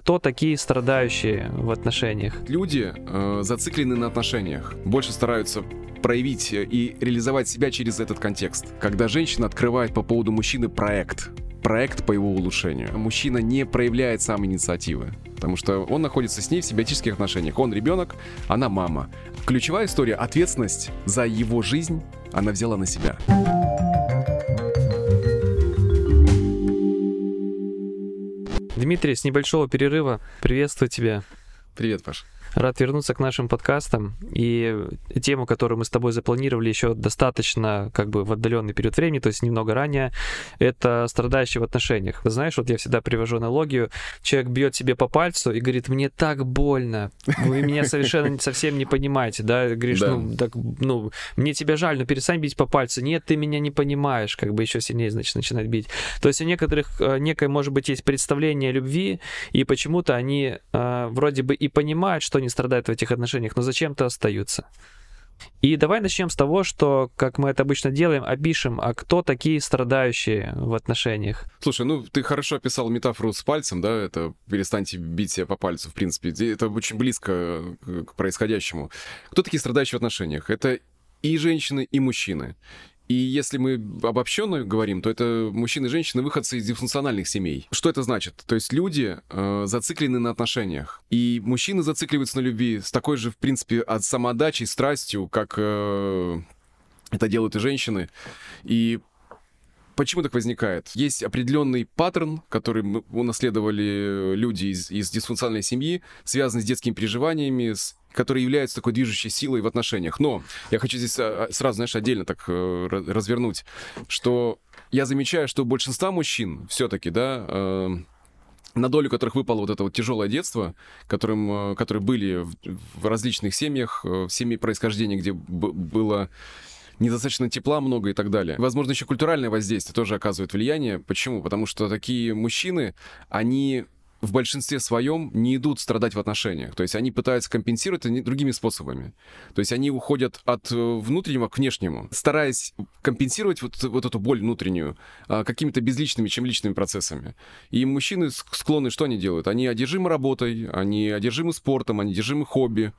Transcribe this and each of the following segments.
кто такие страдающие в отношениях? Люди зациклены на отношениях, больше стараются проявить и реализовать себя через этот контекст. Когда женщина открывает по поводу мужчины проект по его улучшению, мужчина не проявляет сам инициативы, потому что он находится с ней в симбиотических отношениях. Он ребенок, она мама. Ключевая история — ответственность за его жизнь она взяла на себя. Дмитрий, с небольшого перерыва приветствую тебя. Привет, Паш. Рад вернуться к нашим подкастам. И тему, которую мы с тобой запланировали еще достаточно в отдаленный период времени, то есть немного ранее, это страдающие в отношениях. Знаешь, вот я всегда привожу аналогию. Человек бьет себе по пальцу и говорит: мне так больно, вы меня совершенно совсем не понимаете, да? Говоришь, мне тебя жаль, но перестань бить по пальцу. Нет, ты меня не понимаешь, еще сильнее, значит, начинает бить. То есть у некоторых некое, может быть, есть представление о любви, и почему-то они вроде бы и понимают, что они страдают в этих отношениях, но зачем-то остаются. И давай начнем с того, что, как мы это обычно делаем, опишем, а кто такие страдающие в отношениях. Слушай, ты хорошо описал метафору с пальцем, да, это перестаньте бить себя по пальцу, в принципе, это очень близко к происходящему. Кто такие страдающие в отношениях? Это и женщины, и мужчины. И если мы обобщенно говорим, то это мужчины и женщины, выходцы из дисфункциональных семей. Что это значит? То есть люди зациклены на отношениях. И мужчины зацикливаются на любви с такой же, в принципе, самоотдачей, страстью, как это делают и женщины. И почему так возникает? Есть определенный паттерн, который унаследовали люди из дисфункциональной семьи, связанный с детскими переживаниями, которые являются такой движущей силой в отношениях. Но я хочу здесь сразу, отдельно так развернуть, что я замечаю, что у большинства мужчин все-таки, да, на долю которых выпало вот это вот тяжелое детство, которые были в различных семьях, в семье происхождения, где было недостаточно тепла много и так далее. Возможно, еще культуральное воздействие тоже оказывает влияние. Почему? Потому что такие мужчины, они в большинстве своем не идут страдать в отношениях. То есть они пытаются компенсировать это другими способами. То есть они уходят от внутреннего к внешнему, стараясь компенсировать вот эту боль внутреннюю какими-то безличными, чем личными процессами. И мужчины склонны, что они делают? Они одержимы работой, они одержимы спортом, они одержимы хобби.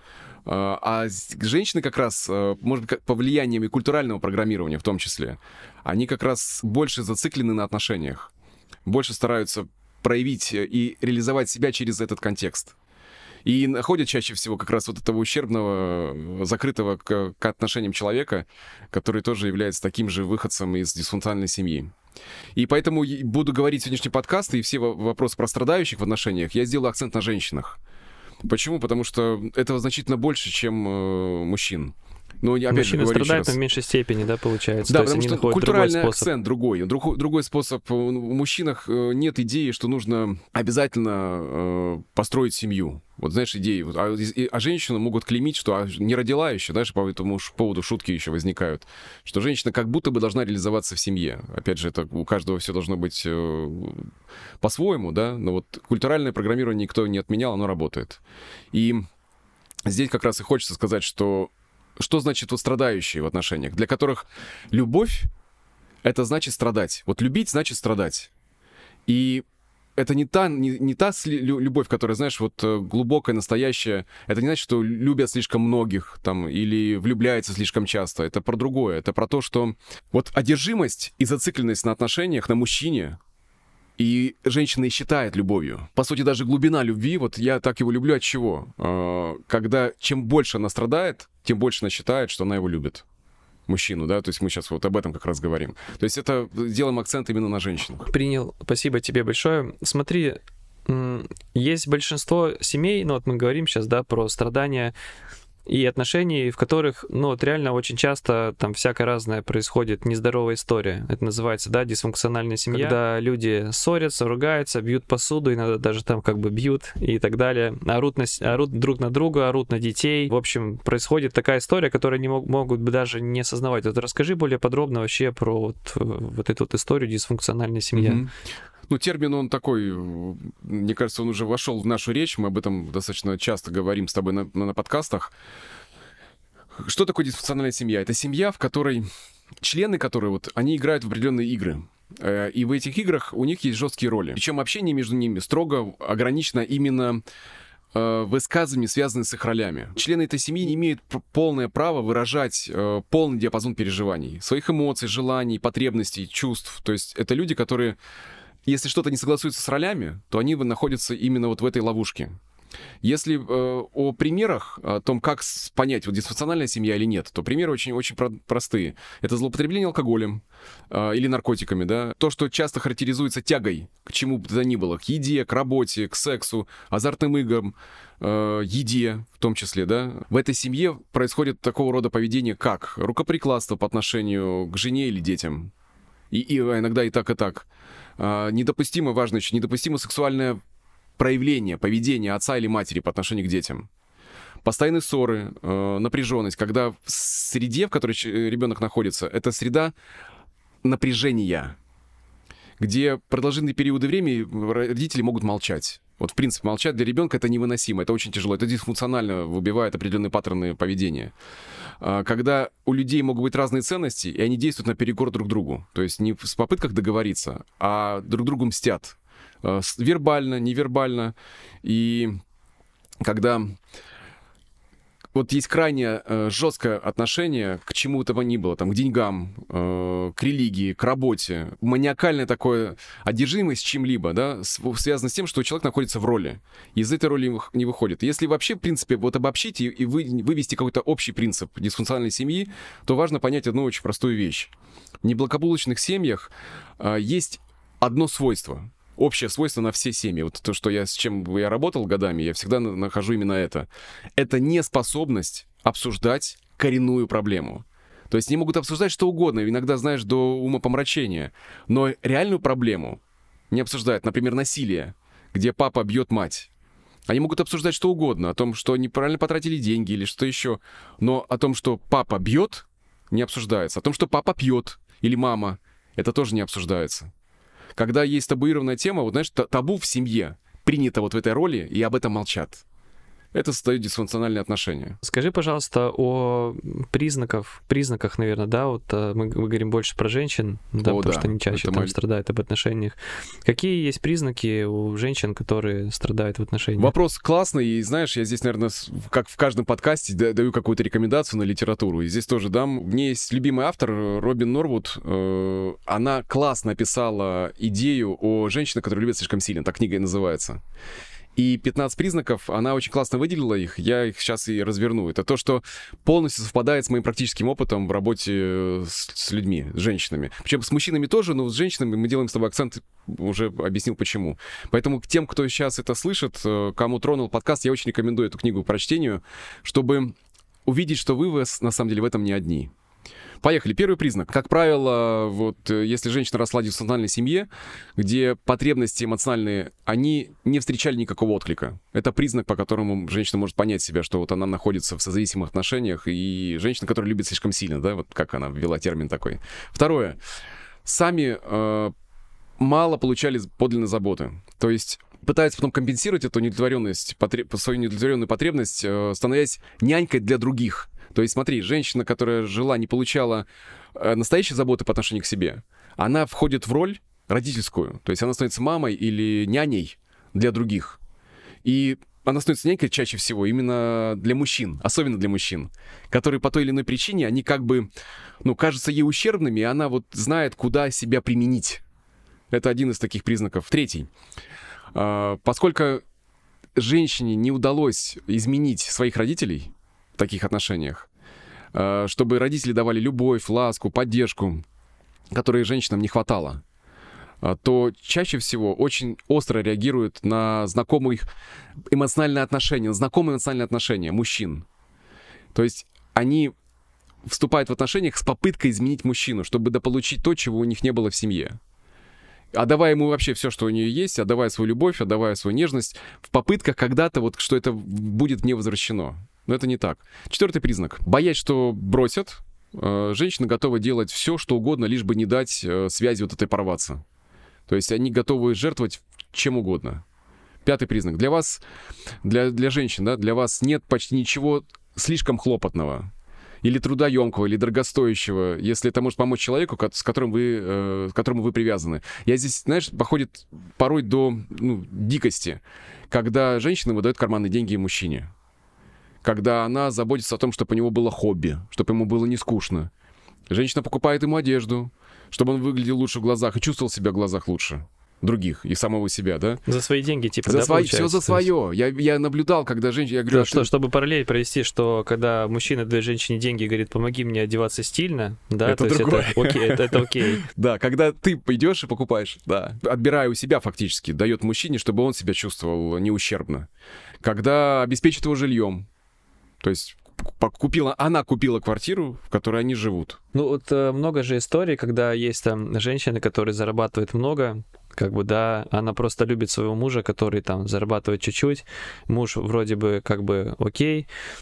А женщины как раз, может быть, по влиянию и культурального программирования в том числе, они как раз больше зациклены на отношениях, больше стараются проявить и реализовать себя через этот контекст. И находят чаще всего как раз вот этого ущербного, закрытого к отношениям человека, который тоже является таким же выходцем из дисфункциональной семьи. И поэтому буду говорить сегодняшний подкаст, и все вопросы про страдающих в отношениях я сделаю акцент на женщинах. Почему? Потому что этого значительно больше, чем мужчин. Но опять мужчины же, страдают в меньшей степени, да, получается? Да, то потому что культуральный акцент другой. Другой способ. У мужчинах нет идеи, что нужно обязательно построить семью. Вот знаешь, идеи. А женщины могут клеймить, что не родила еще, даже по этому поводу шутки еще возникают, что женщина как будто бы должна реализоваться в семье. Опять же, это у каждого все должно быть по-своему, да, но вот культуральное программирование никто не отменял, оно работает. И здесь как раз и хочется сказать, что значит вот страдающие в отношениях, для которых любовь — это значит страдать. Вот любить значит страдать. И это не та любовь, которая, знаешь, вот глубокая, настоящая. Это не значит, что любят слишком многих там или влюбляются слишком часто. Это про другое. Это про то, что вот одержимость и зацикленность на отношениях, на мужчине, и женщина и считает любовью. По сути, даже глубина любви, вот я так его люблю от чего? Когда чем больше она страдает, тем больше она считает, что она его любит. Мужчину, да, то есть мы сейчас вот об этом как раз говорим. То есть это делаем акцент именно на женщинах. Принял. Спасибо тебе большое. Смотри, есть большинство семей, вот мы говорим сейчас, да, про страдания и отношений, в которых, вот реально очень часто там всякое разное происходит, нездоровая история. Это называется, да, дисфункциональная семья. Когда люди ссорятся, ругаются, бьют посуду, иногда даже там бьют и так далее. Орут друг на друга, орут на детей. В общем, происходит такая история, которую они могут даже не осознавать. Вот расскажи более подробно вообще про вот эту вот историю дисфункциональной семьи. Термин, он такой, мне кажется, он уже вошел в нашу речь, мы об этом достаточно часто говорим с тобой на подкастах. Что такое дисфункциональная семья? Это семья, в которой члены которой, они играют в определенные игры. И в этих играх у них есть жесткие роли. Причем общение между ними строго ограничено именно высказываниями, связанными с их ролями. Члены этой семьи не имеют полное право выражать полный диапазон переживаний, своих эмоций, желаний, потребностей, чувств. То есть это люди, которые, если что-то не согласуется с ролями, то они находятся именно вот в этой ловушке. Если о примерах, о том, как понять, вот дисфункциональная семья или нет, то примеры очень простые. Это злоупотребление алкоголем или наркотиками, да. То, что часто характеризуется тягой к чему бы то ни было, к еде, к работе, к сексу, азартным играм, еде в том числе, да. В этой семье происходит такого рода поведение, как рукоприкладство по отношению к жене или детям. И иногда и так, и так. Недопустимо, важно еще, недопустимо сексуальное проявление, поведение отца или матери по отношению к детям. Постоянные ссоры, напряженность, когда в среде, в которой ребенок находится, это среда напряжения, где продолжительные периоды времени родители могут молчать. Вот, в принципе, молчать для ребенка это невыносимо, это очень тяжело, это дисфункционально выбивает определенные паттерны поведения. Когда у людей могут быть разные ценности, и они действуют наперекор друг другу. То есть не в попытках договориться, а друг другу мстят. Вербально, невербально. И когда вот есть крайне жесткое отношение к чему то ни было, там, к деньгам, к религии, к работе, маниакальная такое одержимость чем-либо, да, связано с тем, что человек находится в роли, и из этой роли не выходит. Если вообще, в принципе, вот обобщить и вывести какой-то общий принцип дисфункциональной семьи, то важно понять одну очень простую вещь. В неблагополучных семьях есть одно свойство — общее свойство на все семьи. Вот то, что с чем я работал годами, я всегда нахожу именно это. Это неспособность обсуждать коренную проблему. То есть они могут обсуждать что угодно, иногда, знаешь, до умопомрачения, но реальную проблему не обсуждают. Например, насилие, где папа бьет мать. Они могут обсуждать что угодно, о том, что неправильно потратили деньги или что еще, но о том, что папа бьет, не обсуждается. О том, что папа пьет или мама, это тоже не обсуждается. Когда есть табуированная тема, вот знаешь, табу в семье принято вот в этой роли, и об этом молчат. Это создает дисфункциональные отношения. Скажи, пожалуйста, о признаках, наверное, да, вот мы говорим больше про женщин, да, потому что они чаще там страдают об отношениях. Какие есть признаки у женщин, которые страдают в отношениях? Вопрос классный, и знаешь, я здесь, наверное, как в каждом подкасте, даю какую-то рекомендацию на литературу, и здесь тоже дам. У меня есть любимый автор Робин Норвуд, она классно описала идею о женщине, которая любит слишком сильно, так книга и называется. И 15 признаков, она очень классно выделила их, я их сейчас и разверну. Это то, что полностью совпадает с моим практическим опытом в работе с людьми, с женщинами. Причем с мужчинами тоже, но с женщинами мы делаем с тобой акцент, уже объяснил почему. Поэтому к тем, кто сейчас это слышит, кому тронул подкаст, я очень рекомендую эту книгу к прочтению, чтобы увидеть, что вы на самом деле в этом не одни. Поехали. Первый признак. Как правило, вот если женщина росла в дисфункциональной семье, где потребности эмоциональные, они не встречали никакого отклика. Это признак, по которому женщина может понять себя, что вот она находится в созависимых отношениях, и женщина, которая любит слишком сильно, да, вот как она ввела термин такой. Второе. Сами мало получали подлинной заботы. То есть пытаются потом компенсировать эту недовлетворенность, свою недовлетворенную потребность, становясь нянькой для других. То есть, смотри, женщина, которая жила, не получала настоящей заботы по отношению к себе, она входит в роль родительскую. То есть она становится мамой или няней для других. И она становится нянькой чаще всего именно для мужчин, особенно для мужчин, которые по той или иной причине, они как бы, кажутся ей ущербными, и она вот знает, куда себя применить. Это один из таких признаков. Третий. Поскольку женщине не удалось изменить своих родителей в таких отношениях, чтобы родители давали любовь, ласку, поддержку, которой женщинам не хватало, то чаще всего очень остро реагируют на знакомые эмоциональные отношения мужчин. То есть они вступают в отношениях с попыткой изменить мужчину, чтобы дополучить то, чего у них не было в семье. Отдавая ему вообще все, что у нее есть, отдавая свою любовь, отдавая свою нежность, в попытках когда-то вот, что это будет мне возвращено. Но это не так. Четвертый признак. Боясь, что бросят, женщина готова делать все, что угодно, лишь бы не дать связи вот этой порваться. То есть они готовы жертвовать чем угодно. Пятый признак. Для вас, для женщин, да, для вас нет почти ничего слишком хлопотного. или трудоемкого, или дорогостоящего, если это может помочь человеку, к которому вы привязаны. Я здесь, знаешь, походит порой до дикости, когда женщина выдает карманные деньги мужчине. Когда она заботится о том, чтобы у него было хобби, чтобы ему было не скучно. Женщина покупает ему одежду, чтобы он выглядел лучше в глазах и чувствовал себя в глазах лучше других и самого себя, да? За свои деньги, типа, за да, свои, получается? все за свое. Я наблюдал, когда женщина... Я говорю, Чтобы параллель провести, что когда мужчина дает женщине деньги и говорит, помоги мне одеваться стильно, да, это то другое. есть это окей, это окей. Да, когда ты идешь и покупаешь, да, отбирая у себя фактически, дает мужчине, чтобы он себя чувствовал неущербно. Когда обеспечит его жильем, то есть она купила квартиру, в которой они живут. Ну вот много же историй, когда есть там женщины, которые зарабатывают много, как бы, да, она просто любит своего мужа, который там зарабатывает чуть-чуть, муж вроде бы как бы окей,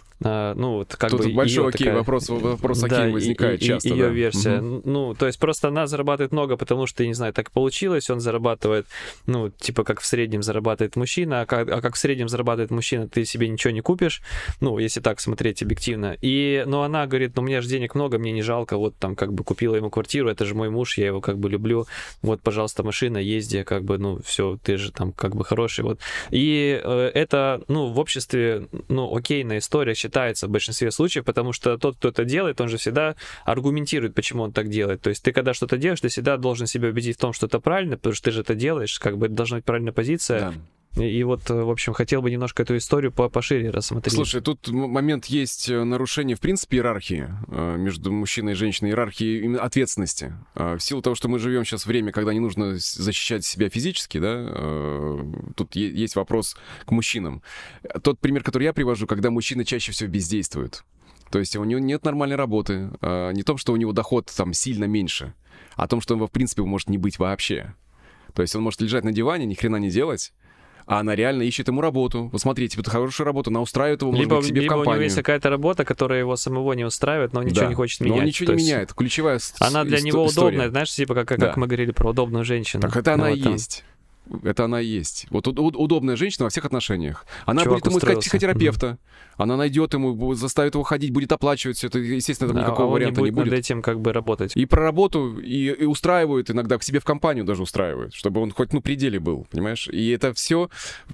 ну вот как тут бы большой такая... вопрос да, возникает часто. Ее да. версия. Ну, то есть просто она зарабатывает много, потому что, я не знаю, так получилось, он зарабатывает, ну, типа как в среднем зарабатывает мужчина, а как в среднем зарабатывает мужчина, ты себе ничего не купишь, ну, если так смотреть объективно. Но она говорит, ну, у меня же денег много, мне не жалко, вот там как бы купила ему квартиру, это же мой муж, я его как бы люблю, вот, пожалуйста, машина, езди, как бы, ну, все, ты же там как бы хороший, вот. И это, ну, в обществе, ну, окейная история считается в большинстве случаев, потому что тот, кто это делает, он же всегда аргументирует, почему он так делает. То есть ты, когда что-то делаешь, ты всегда должен себя убедить в том, что это правильно, потому что ты же это делаешь, как бы это должна быть правильная позиция. Да. И вот, в общем, хотел бы немножко эту историю пошире рассмотреть. Слушай, тут момент есть нарушение, в принципе, иерархии между мужчиной и женщиной, иерархии именно ответственности. В силу того, что мы живем сейчас в время, когда не нужно защищать себя физически, да, тут есть вопрос к мужчинам. Тот пример, который я привожу, когда мужчина чаще всего бездействует. То есть у него нет нормальной работы. Не то, что у него доход там сильно меньше, а о том, что его, в принципе, может не быть вообще. То есть он может лежать на диване, ни хрена не делать, а она реально ищет ему работу. Вот смотрите, это хорошая работа, она устраивает его, может быть, к себе в компанию. Либо у него есть какая-то работа, которая его самого не устраивает, но он ничего не хочет менять. Но он ничего не меняет. Ключевая она для него история. Удобная, знаешь, типа как мы говорили про удобную женщину. Так это она и есть. Это она и есть. Вот удобная женщина во всех отношениях. Она будет ему искать психотерапевта. Она найдет ему, заставит его ходить, будет оплачивать все это. Естественно, там никакого варианта не будет. Над этим как бы работать. И про работу, и устраивает иногда, к себе в компанию даже устраивает, чтобы он хоть, пределе был, понимаешь? И это все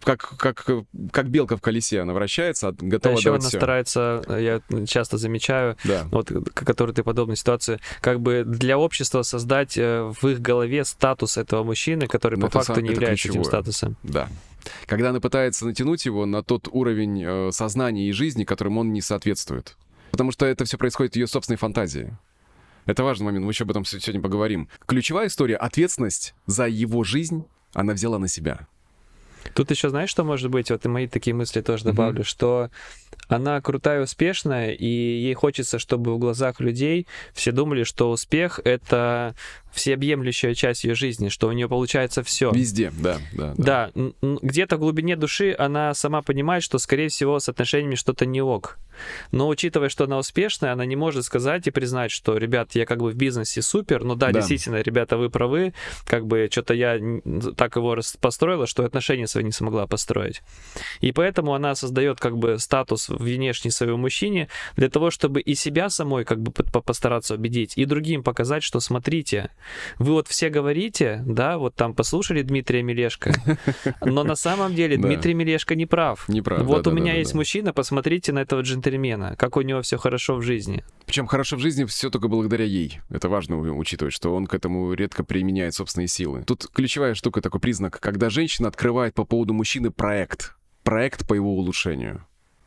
как белка в колесе. Она вращается, готова еще давать она все. старается, я часто замечаю, да. вот, который ты подобной ситуации, как бы для общества создать в их голове статус этого мужчины, который по факту не является этим статусом. Да. Когда она пытается натянуть его на тот уровень сознания и жизни, которым он не соответствует. Потому что это все происходит в ее собственной фантазии. Это важный момент, мы еще об этом сегодня поговорим. Ключевая история — ответственность за его жизнь она взяла на себя. Тут еще знаешь, что может быть? Вот и мои такие мысли тоже добавлю, что она крутая и успешная, и ей хочется, чтобы в глазах людей все думали, что успех — это всеобъемлющая часть ее жизни, что у нее получается все. Везде, да. Да, где-то в глубине души она сама понимает, что, скорее всего, с отношениями что-то не ок. Но учитывая, что она успешная, она не может сказать и признать, что, ребят, я как бы в бизнесе супер, ну да, действительно, ребята, вы правы, как бы что-то я так его построила, что отношения свои не смогла построить. И поэтому она создает как бы статус внешний своего мужчине для того, чтобы и себя самой как бы постараться убедить, и другим показать, что смотрите, вы вот все говорите, да, вот там послушали Дмитрия Мелешко, но на самом деле Дмитрий Мелешко не прав. Вот у меня есть мужчина, посмотрите на этого джентльмена, как у него все хорошо в жизни. Причем хорошо в жизни все только благодаря ей. Это важно учитывать, что он к этому редко применяет собственные силы. Тут ключевая штука, такой признак, когда женщина открывает по поводу мужчины проект по его улучшению.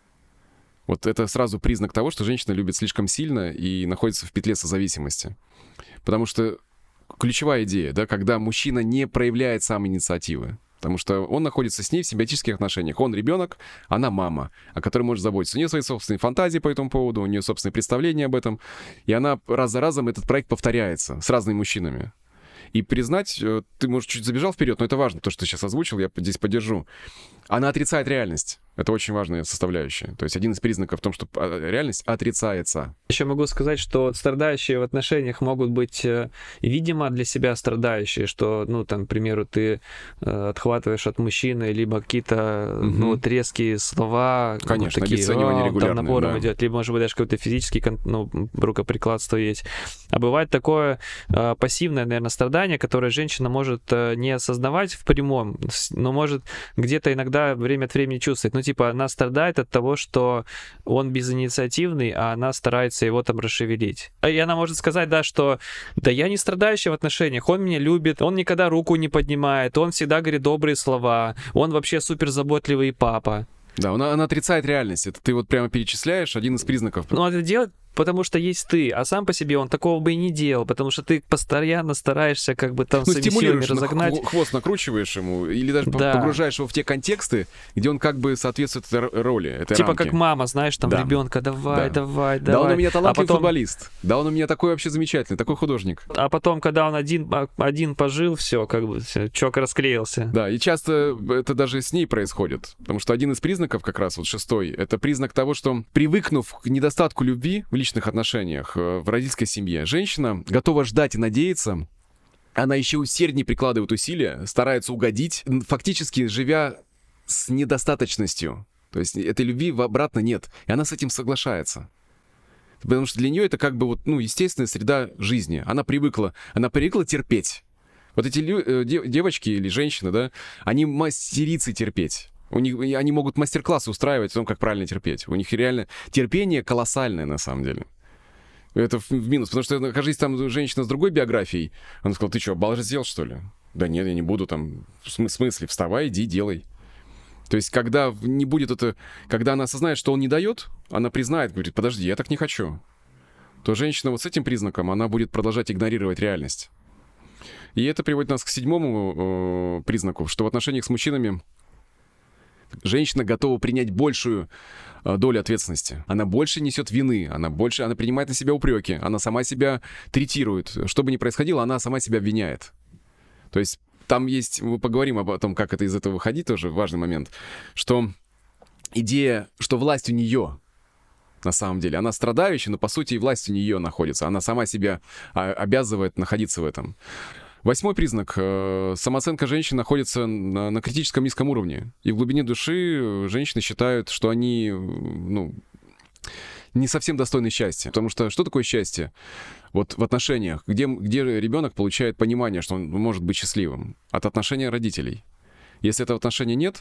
Вот это сразу признак того, что женщина любит слишком сильно и находится в петле созависимости. Потому что ключевая идея, да, когда мужчина не проявляет сам инициативы. Потому что он находится с ней в симбиотических отношениях. Он ребенок, она мама, о которой может заботиться. У нее свои собственные фантазии по этому поводу, у нее собственные представления об этом. И она раз за разом этот проект повторяется с разными мужчинами. И признать, ты, может, чуть забежал вперед, но это важно, то, что ты сейчас озвучил, я здесь поддержу. Она отрицает реальность. Это очень важная составляющая. То есть один из признаков в том, что реальность отрицается. Еще могу сказать, что страдающие в отношениях могут быть, видимо, для себя страдающие, что, ну, там, к примеру, ты отхватываешь от мужчины либо какие-то, ну, вот резкие слова, конечно, такие, обесценивание регулярное, там напором да. идет, либо, может быть, даже какое-то физическое, ну, рукоприкладство есть. А бывает такое пассивное, наверное, страдание, которое женщина может не осознавать в прямом, но может где-то иногда время от времени чувствовать. Ну, типа, она страдает от того, что он безинициативный, а она старается его там расшевелить. И она может сказать, да, что да я не страдающий в отношениях, он меня любит, он никогда руку не поднимает, он всегда говорит добрые слова, он вообще супер заботливый папа. Да, она отрицает реальность. Это ты вот прямо перечисляешь один из признаков. Но это делает, потому что есть ты, а сам по себе он такого бы и не делал, потому что ты постоянно стараешься как бы там своими силами разогнать. Хвост накручиваешь ему, или даже погружаешь его в те контексты, где он как бы соответствует этой роли, этой типа рамке. как мама, знаешь, там ребенка, давай. Да, он у меня талантливый футболист. Да, он у меня такой вообще замечательный, такой художник. А потом, когда он один пожил, все, как бы, чок расклеился. Да, и часто это даже с ней происходит. Потому что один из признаков, как раз вот 6-й, это признак того, что, привыкнув к недостатку любви в личных отношениях, в родительской семье, женщина готова ждать и надеяться, она еще усерднее прикладывает усилия, старается угодить, фактически живя с недостаточностью. То есть этой любви обратно нет, и она с этим соглашается. Потому что для нее это как бы вот, ну, естественная среда жизни. Она привыкла терпеть. Вот эти девочки или женщины, да, они мастерицы терпеть. Они могут мастер-классы устраивать о том, как правильно терпеть. У них реально терпение колоссальное на самом деле. Это в минус, потому что, окажись там женщина с другой биографией, она сказала, ты что, обалдел, что ли? Да нет, я не буду там, в смысле, вставай, иди, делай. То есть, когда не будет это, когда она осознает, что он не дает, она признает, говорит, подожди, я так не хочу, то женщина вот с этим признаком, она будет продолжать игнорировать реальность. И это приводит нас к 7-му признаку, что в отношениях с мужчинами женщина готова принять большую долю ответственности. Она больше несет вины, она принимает на себя упреки, она сама себя третирует. Что бы ни происходило, она сама себя обвиняет. То есть там есть, мы поговорим об том, как это из этого выходить, тоже важный момент, что идея, что власть у нее, на самом деле, она страдающая, но по сути и власть у нее находится. Она сама себя обязывает находиться в этом. 8-й признак. Самооценка женщин находится на критическом низком уровне. И в глубине души женщины считают, что они, ну, не совсем достойны счастья. Потому что что такое счастье? Вот в отношениях, где ребенок получает понимание, что он может быть счастливым от отношения родителей. Если этого отношения нет,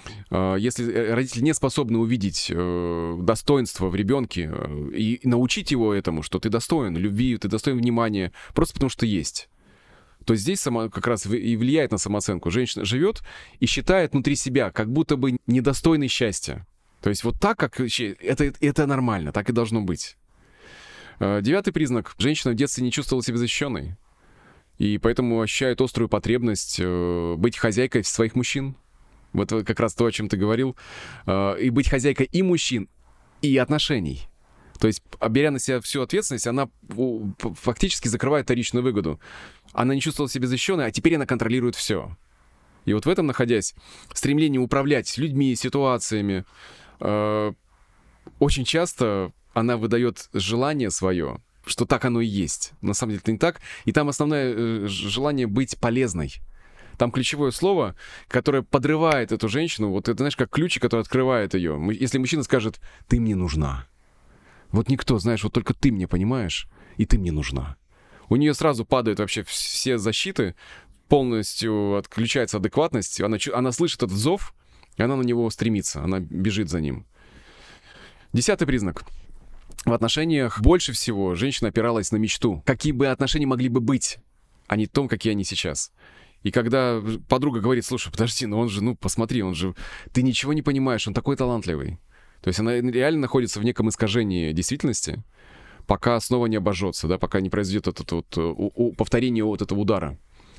если родители не способны увидеть достоинство в ребенке и научить его этому, что ты достоин любви, ты достоин внимания, просто потому что есть, то здесь как раз и влияет на самооценку. Женщина живет и считает внутри себя, как будто бы недостойной счастья. То есть вот так, как это нормально, так и должно быть. 9-й признак. Женщина в детстве не чувствовала себя защищенной. И поэтому ощущает острую потребность быть хозяйкой своих мужчин. Вот как раз то, о чем ты говорил. И быть хозяйкой и мужчин, и отношений. То есть, беря на себя всю ответственность, она фактически закрывает вторичную выгоду. Она не чувствовала себя защищенной, а теперь она контролирует все. И вот в этом, находясь, стремление управлять людьми, ситуациями, очень часто она выдает желание свое, что так оно и есть. На самом деле это не так. И там основное желание быть полезной. Там ключевое слово, которое подрывает эту женщину. Вот это, знаешь, как ключик, который открывает ее. Если мужчина скажет «ты мне нужна», вот никто, знаешь, вот только ты мне понимаешь, и ты мне нужна. У нее сразу падают вообще все защиты, полностью отключается адекватность, она слышит этот зов, и она на него стремится, она бежит за ним. 10-й признак. В отношениях больше всего женщина опиралась на мечту. Какие бы отношения могли бы быть, а не том, какие они сейчас. И когда подруга говорит, слушай, подожди, он же, посмотри, ты ничего не понимаешь, он такой талантливый. То есть она реально находится в неком искажении действительности, пока снова не обожжется, да, пока не произойдет повторение вот этого удара.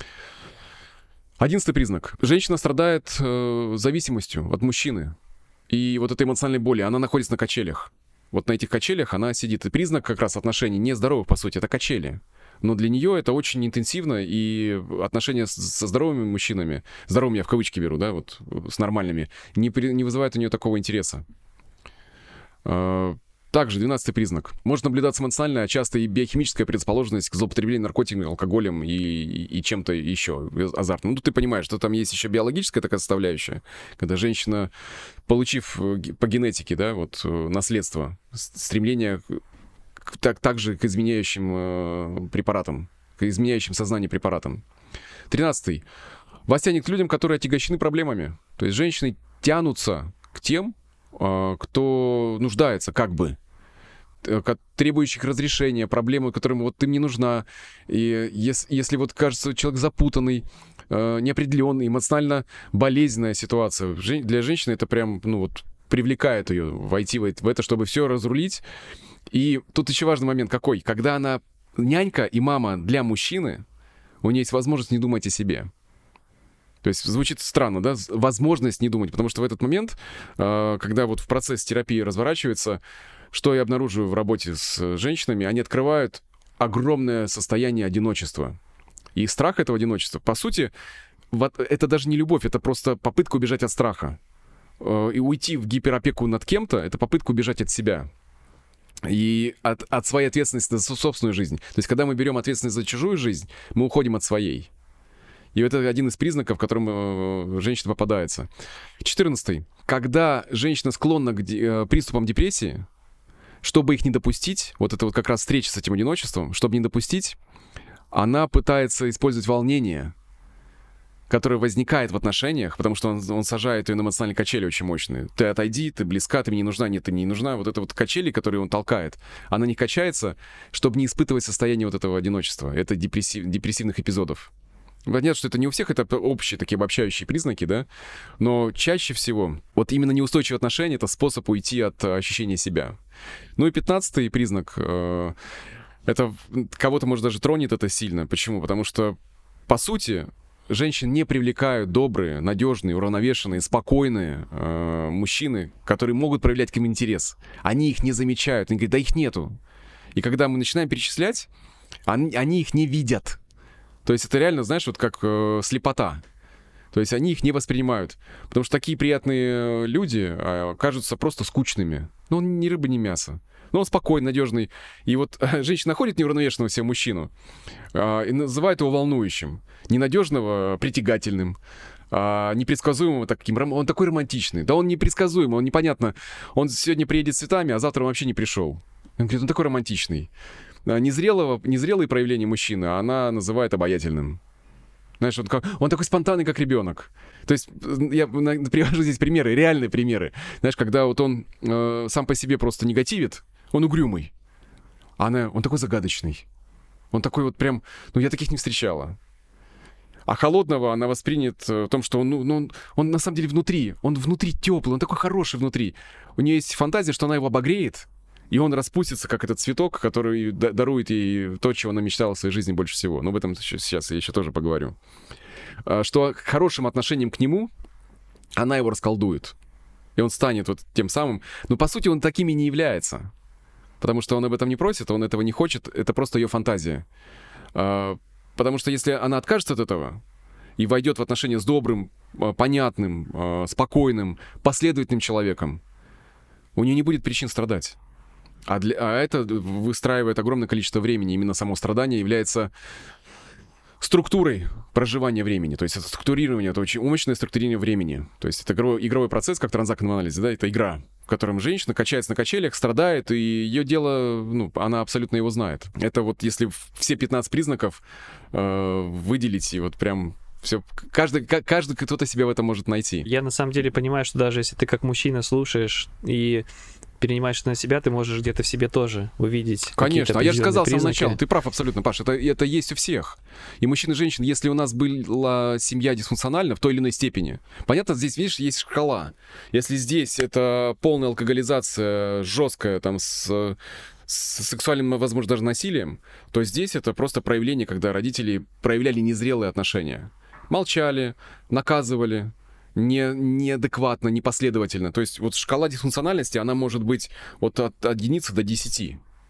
11-й признак. Женщина страдает зависимостью от мужчины. И вот этой эмоциональной боли, она находится на качелях. Вот на этих качелях она сидит. И признак как раз отношений нездоровых, по сути, это качели. но для нее это очень интенсивно, и отношения со здоровыми мужчинами, здоровыми я в кавычки беру, да, вот с нормальными, не вызывают у нее такого интереса. Также 12-й признак. Может наблюдаться эмоциональная, а часто и биохимическая предрасположенность к злоупотреблению наркотиками, алкоголем и чем-то еще азартным. Ну, ты понимаешь, что там есть еще биологическая такая составляющая, когда женщина, получив по генетике, да, вот наследство, стремление также к изменяющим препаратам, к изменяющим сознание препаратам. 13-й. Вас тянет к людям, которые отягощены проблемами. То есть женщины тянутся к тем, кто нуждается, как бы, требующих разрешения, проблемы, которым вот ты мне нужна. И если вот кажется человек запутанный, неопределенный, эмоционально болезненная ситуация, для женщины это прям, ну вот, привлекает ее войти в это, чтобы все разрулить. И тут еще важный момент какой. Когда она нянька и мама для мужчины, у нее есть возможность не думать о себе. То есть звучит странно, да, возможность не думать, потому что в этот момент, когда вот в процесс терапии разворачивается, что я обнаруживаю в работе с женщинами, они открывают огромное состояние одиночества. И страх этого одиночества, по сути, это даже не любовь, это просто попытка убежать от страха. И уйти в гиперопеку над кем-то — это попытка убежать от себя. И от своей ответственности за собственную жизнь. То есть когда мы берем ответственность за чужую жизнь, мы уходим от своей. И это один из признаков, в котором женщина попадается. 14-й. Когда женщина склонна к приступам депрессии, чтобы их не допустить, вот это вот как раз встреча с этим одиночеством, чтобы не допустить, она пытается использовать волнение, которое возникает в отношениях, потому что он сажает ее на эмоциональные качели очень мощные. Ты отойди, ты близка, ты мне не нужна, нет, ты мне не нужна. Вот это вот качели, которые он толкает, она не качается, чтобы не испытывать состояние вот этого одиночества, это депрессивных эпизодов. Понятно, что это не у всех, это общие такие обобщающие признаки, да, но чаще всего вот именно неустойчивые отношения — это способ уйти от ощущения себя. Ну и 15-й признак, это кого-то, может, даже тронет это сильно. Почему? Потому что, по сути, женщин не привлекают добрые, надежные, уравновешенные, спокойные мужчины, которые могут проявлять к ним интерес. Они их не замечают, они говорят, да их нету. И когда мы начинаем перечислять, они их не видят. То есть это реально, знаешь, вот как слепота. То есть они их не воспринимают. Потому что такие приятные люди кажутся просто скучными. Ну, он ни рыба, ни мясо. Но он спокойный, надежный. И вот женщина находит неуравновешенного себе мужчину и называет его волнующим. Ненадежного — притягательным. Непредсказуемого таким. Он такой романтичный. Да он непредсказуемый, он непонятно. Он сегодня приедет с цветами, а завтра он вообще не пришел. Он говорит, он такой романтичный. Незрелые проявления мужчины она называет обаятельным. Знаешь, он такой спонтанный, как ребенок. То есть я привожу здесь примеры, реальные примеры. Знаешь, когда вот он сам по себе просто негативит, он угрюмый. Он такой загадочный. Он такой вот прям... Ну, я таких не встречала. А холодного она воспринят в том, что он на самом деле внутри. Он внутри теплый, он такой хороший внутри. У нее есть фантазия, что она его обогреет, и он распустится, как этот цветок, который дарует ей то, чего она мечтала в своей жизни больше всего. Но об этом сейчас я еще тоже поговорю. Что хорошим отношением к нему она его расколдует. И он станет вот тем самым... Но, по сути, он такими не является. Потому что он об этом не просит, он этого не хочет. Это просто ее фантазия. Потому что если она откажется от этого и войдет в отношения с добрым, понятным, спокойным, последовательным человеком, у нее не будет причин страдать. А это выстраивает огромное количество времени. Именно само страдание является структурой проживания времени. То есть это структурирование, это очень мощное структурирование времени. То есть это игровой процесс, как в транзактном анализе, да, это игра, в котором женщина качается на качелях, страдает, и ее дело, она абсолютно его знает. Это вот если все 15 признаков выделить и вот прям... Все, каждый кто-то себя в этом может найти. Я на самом деле понимаю, что даже если ты как мужчина слушаешь и перенимаешь это на себя, ты можешь где-то в себе тоже увидеть. Конечно, я же сказал с самого начала, ты прав абсолютно, Паш, это есть у всех. И мужчин и женщин, если у нас была семья дисфункциональна в той или иной степени, понятно, здесь, видишь, есть шкала. Если здесь это полная алкоголизация, жесткая, там, с сексуальным, возможно, даже насилием, то здесь это просто проявление, когда родители проявляли незрелые отношения. Молчали, наказывали, неадекватно, непоследовательно. То есть вот шкала дисфункциональности, она может быть вот от единицы до 10.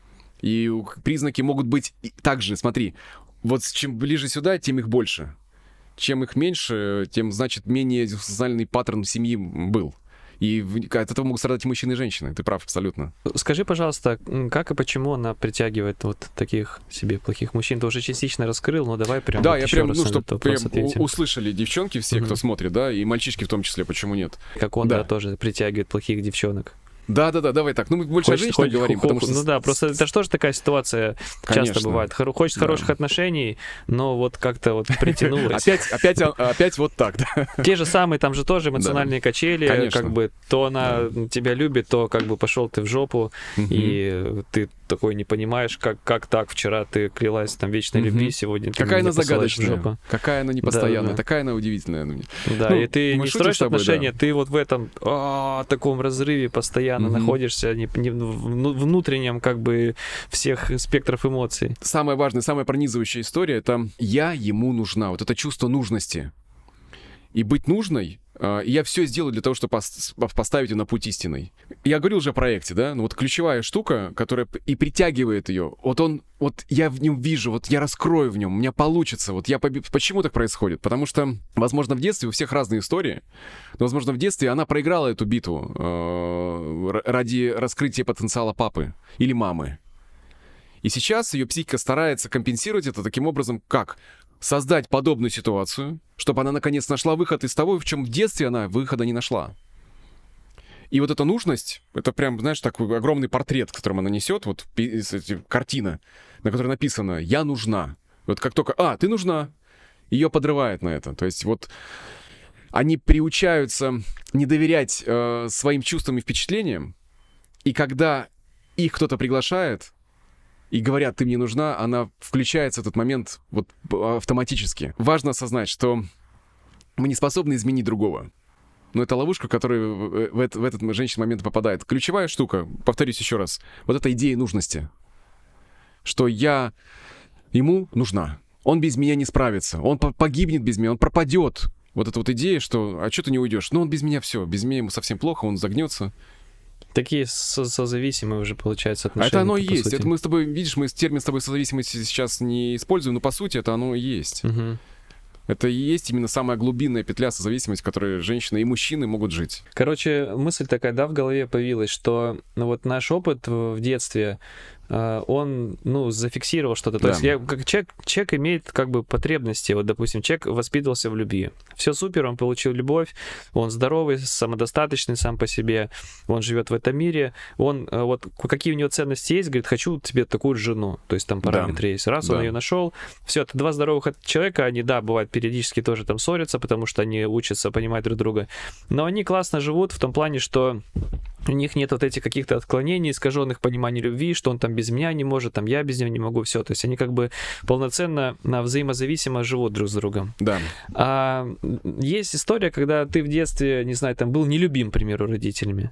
И признаки могут быть также, смотри, вот чем ближе сюда, тем их больше. Чем их меньше, тем, значит, менее социальный паттерн в семье был. И от этого могут страдать и мужчины, и женщины. Ты прав абсолютно. Скажи, пожалуйста, как и почему она притягивает вот таких себе плохих мужчин? Ты уже частично раскрыл, но давай прям Да, вот я еще прям, раз ну, на чтобы этот вопрос прям ответим. услышали девчонки все, кто смотрит, да, и мальчишки в том числе, почему нет. Как он, Да. да, тоже притягивает плохих девчонок. Да, давай так. Ну, мы больше о женщинах говорим, потому что... Ну да, просто это же тоже такая ситуация Конечно. часто бывает. Хочешь хороших отношений, но вот как-то вот притянулось. Опять вот так, да. Те же самые, там же тоже эмоциональные качели, Конечно. как бы то она тебя любит, то как бы пошел ты в жопу, и ты такой не понимаешь, как так, вчера ты клялась там вечной любви, сегодня ты Какая меня она посылаешь в загадочная, жопу. какая она непостоянная, Да. такая она удивительная. Да, Ну, и ты мы не шутим строишь с тобой, отношения, да. ты вот в этом таком разрыве постоянно находишься, внутреннем как бы всех спектров эмоций. Самая важная, самая пронизывающая история — это «я ему нужна». Вот это чувство нужности. И быть нужной, и я все сделаю для того, чтобы поставить ее на путь истинный. Я говорил уже о проекте, да? Ну вот ключевая штука, которая и притягивает ее, вот я в нем вижу, вот я раскрою в нем, у меня получится, вот я Почему так происходит? Потому что, возможно, в детстве у всех разные истории, но, возможно, в детстве она проиграла эту битву ради раскрытия потенциала папы или мамы. И сейчас ее психика старается компенсировать это таким образом, как создать подобную ситуацию, чтобы она наконец нашла выход из того, в чем в детстве она выхода не нашла. И вот эта нужность, это прям, знаешь, такой огромный портрет, которым она несет, вот картина, на которой написано «Я нужна». Вот как только ты нужна», ее подрывает на это. То есть вот они приучаются не доверять своим чувствам и впечатлениям, и когда их кто-то приглашает, и говорят, ты мне нужна, она включается в этот момент вот автоматически. Важно осознать, что мы не способны изменить другого. Но это ловушка, в которую в этот женщина момент попадает. Ключевая штука, повторюсь еще раз, вот эта идея нужности. Что я ему нужна. Он без меня не справится. Он погибнет без меня, он пропадет. Вот эта вот идея, что а что ты не уйдешь? Ну, он без меня все. Без меня ему совсем плохо, он загнется. Такие созависимые уже, получается, отношения. А это оно и есть. Это мы с тобой, видишь, мы термин с тобой созависимость сейчас не используем, но по сути это оно и есть. Это и есть именно самая глубинная петля созависимости, в которой женщины и мужчины могут жить. Короче, мысль такая, да, в голове появилась, что вот наш опыт в детстве, он, зафиксировал что-то. То есть человек имеет как бы потребности. Вот, допустим, человек воспитывался в любви. Все супер, он получил любовь, он здоровый, самодостаточный сам по себе, он живет в этом мире, он вот какие у него ценности есть, говорит, хочу тебе такую жену. То есть там параметры есть. Раз он ее нашел, все, это два здоровых человека, они, да, бывает, периодически тоже там ссорятся, потому что они учатся понимать друг друга. Но они классно живут в том плане, что у них нет вот этих каких-то отклонений, искаженных пониманий любви, что он там без меня не может, там я без него не могу, все. То есть они как бы полноценно, взаимозависимо живут друг с другом. Да. А есть история, когда ты в детстве, не знаю, там был нелюбим, к примеру, родителями.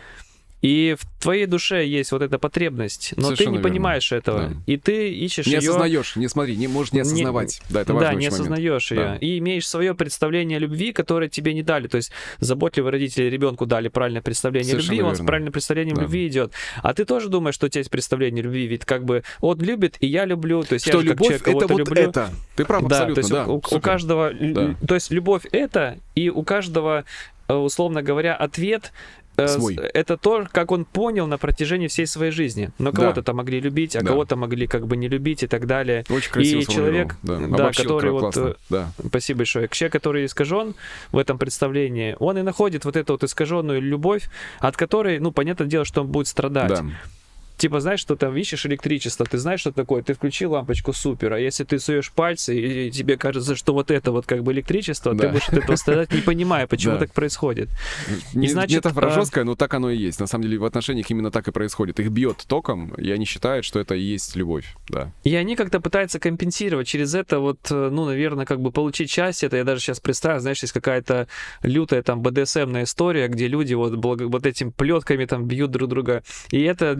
И в твоей душе есть вот эта потребность, но совершенно ты не понимаешь этого. Да. И ты ищешь не ее... осознаешь, можешь не осознавать. Да, это важный не очень момент. осознаешь ее. Да. И имеешь свое представление о любви, которое тебе не дали. То есть заботливые родители ребенку дали правильное представление Совершенно любви, он с верно. правильным представлением Да. любви идет. А ты тоже думаешь, что у тебя есть представление любви, ведь как бы он любит, и я люблю. То есть Что я же как любовь человек это кого-то вот люблю. это. Ты прав, Да, абсолютно, то есть да. у Супер. каждого... Да. То есть любовь это, и у каждого, условно говоря, ответ... Свой. Это то, как он понял на протяжении всей своей жизни. Но кого-то могли любить, а кого-то могли как бы не любить и так далее. Очень красиво и человек, Обобщил, который вот... классно. Да. Спасибо большое. Человек, который искажен в этом представлении, он и находит вот эту вот искаженную любовь, от которой, понятное дело, что он будет страдать. Да. Типа, знаешь, что там ищешь электричество, ты знаешь, что такое, ты включил лампочку, супер, а если ты суешь пальцы, и тебе кажется, что вот это вот как бы электричество, ты будешь от этого страдать, не понимая, почему так происходит. Метафора жесткая, но так оно и есть. На самом деле в отношениях именно так и происходит. Их бьет током, и они считают, что это и есть любовь. Да. И они как-то пытаются компенсировать через это вот, наверное, как бы получить счастье. Это я даже сейчас представляю, знаешь, есть какая-то лютая там БДСМная история, где люди вот этим плетками там бьют друг друга. И это для них как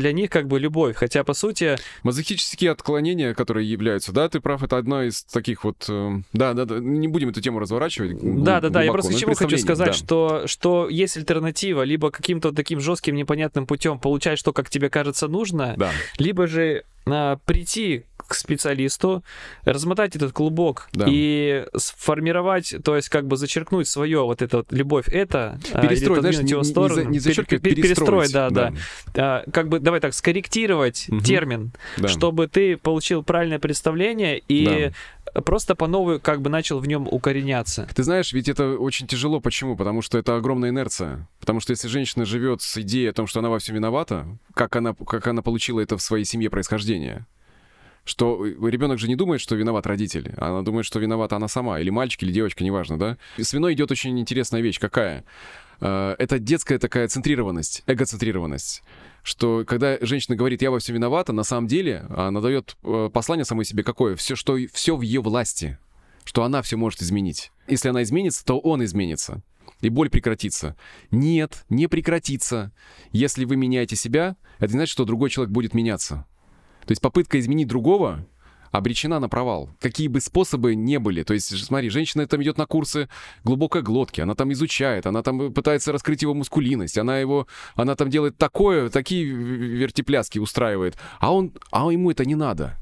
бы любовь, хотя, по сути... Мазохистические отклонения, которые являются, да, ты прав, это одна из таких вот... Да, не будем эту тему разворачивать. Да, я просто к чему хочу сказать, да. что есть альтернатива, либо каким-то таким жестким, непонятным путем получать то, как тебе кажется нужно, да. либо же прийти к специалисту, размотать этот клубок и сформировать, то есть как бы зачеркнуть свое вот это вот любовь, это перестроить, знаешь, его сторону, не зачеркивать, перестроить, да. Как бы, давай так, скорректировать термин, чтобы ты получил правильное представление и просто по новой как бы начал в нем укореняться. Ты знаешь, ведь это очень тяжело. Почему? Потому что это огромная инерция. Потому что если женщина живет с идеей о том, что она во всем виновата, как она получила это в своей семье происхождения, что ребенок же не думает, что виноват родитель, она думает, что виновата она сама, или мальчик, или девочка, неважно, да? И с виной идет очень интересная вещь. Какая? Это детская такая центрированность, эгоцентрированность. Что когда женщина говорит «я во всем виновата», на самом деле она дает послание самой себе какое? Все в ее власти, что она все может изменить. Если она изменится, то он изменится, и боль прекратится. Нет, не прекратится. Если вы меняете себя, это не значит, что другой человек будет меняться. То есть попытка изменить другого обречена на провал. Какие бы способы не были. То есть, смотри, женщина там идет на курсы глубокой глотки, она там изучает, она там пытается раскрыть его мускулинность, она там делает такие вертипляски устраивает, а ему это не надо.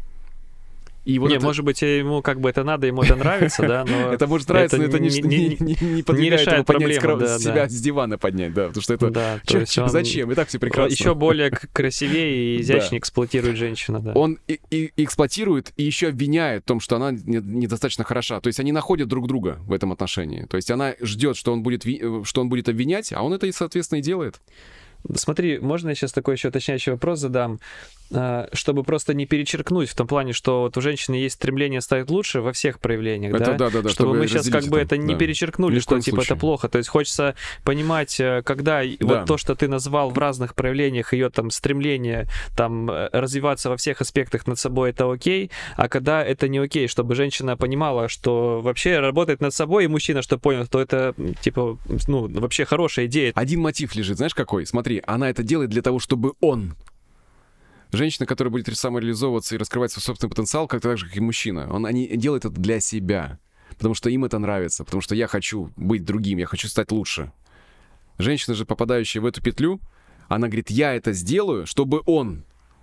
И вот может быть, ему как бы это надо, ему это нравится, да, но... Это может нравиться, но это не подвигает его поднять себя с дивана поднять, да, потому что это... Зачем? И так все прекрасно. Еще более красивее и изящнее эксплуатирует женщину, да. Он и эксплуатирует, и еще обвиняет в том, что она недостаточно хороша. То есть они находят друг друга в этом отношении. То есть она ждет, что он будет обвинять, а он это, соответственно, и делает. Смотри, можно я сейчас такой еще уточняющий вопрос задам, чтобы просто не перечеркнуть в том плане, что вот у женщины есть стремление стать лучше во всех проявлениях, да, чтобы мы сейчас как бы это не перечеркнули, что типа это плохо. То есть хочется понимать, когда вот то, что ты назвал в разных проявлениях, ее там стремление там развиваться во всех аспектах над собой, это окей, а когда это не окей, чтобы женщина понимала, что вообще работать над собой, и мужчина, что понял, то это типа, вообще хорошая идея. Один мотив лежит, знаешь какой? Смотри, она это делает для того, чтобы он... Женщина, которая будет самореализовываться и раскрывать свой собственный потенциал, как так же, как и мужчина, они делают это для себя, потому что им это нравится, потому что я хочу быть другим, я хочу стать лучше. Женщина же, попадающая в эту петлю, она говорит, я это сделаю, чтобы он...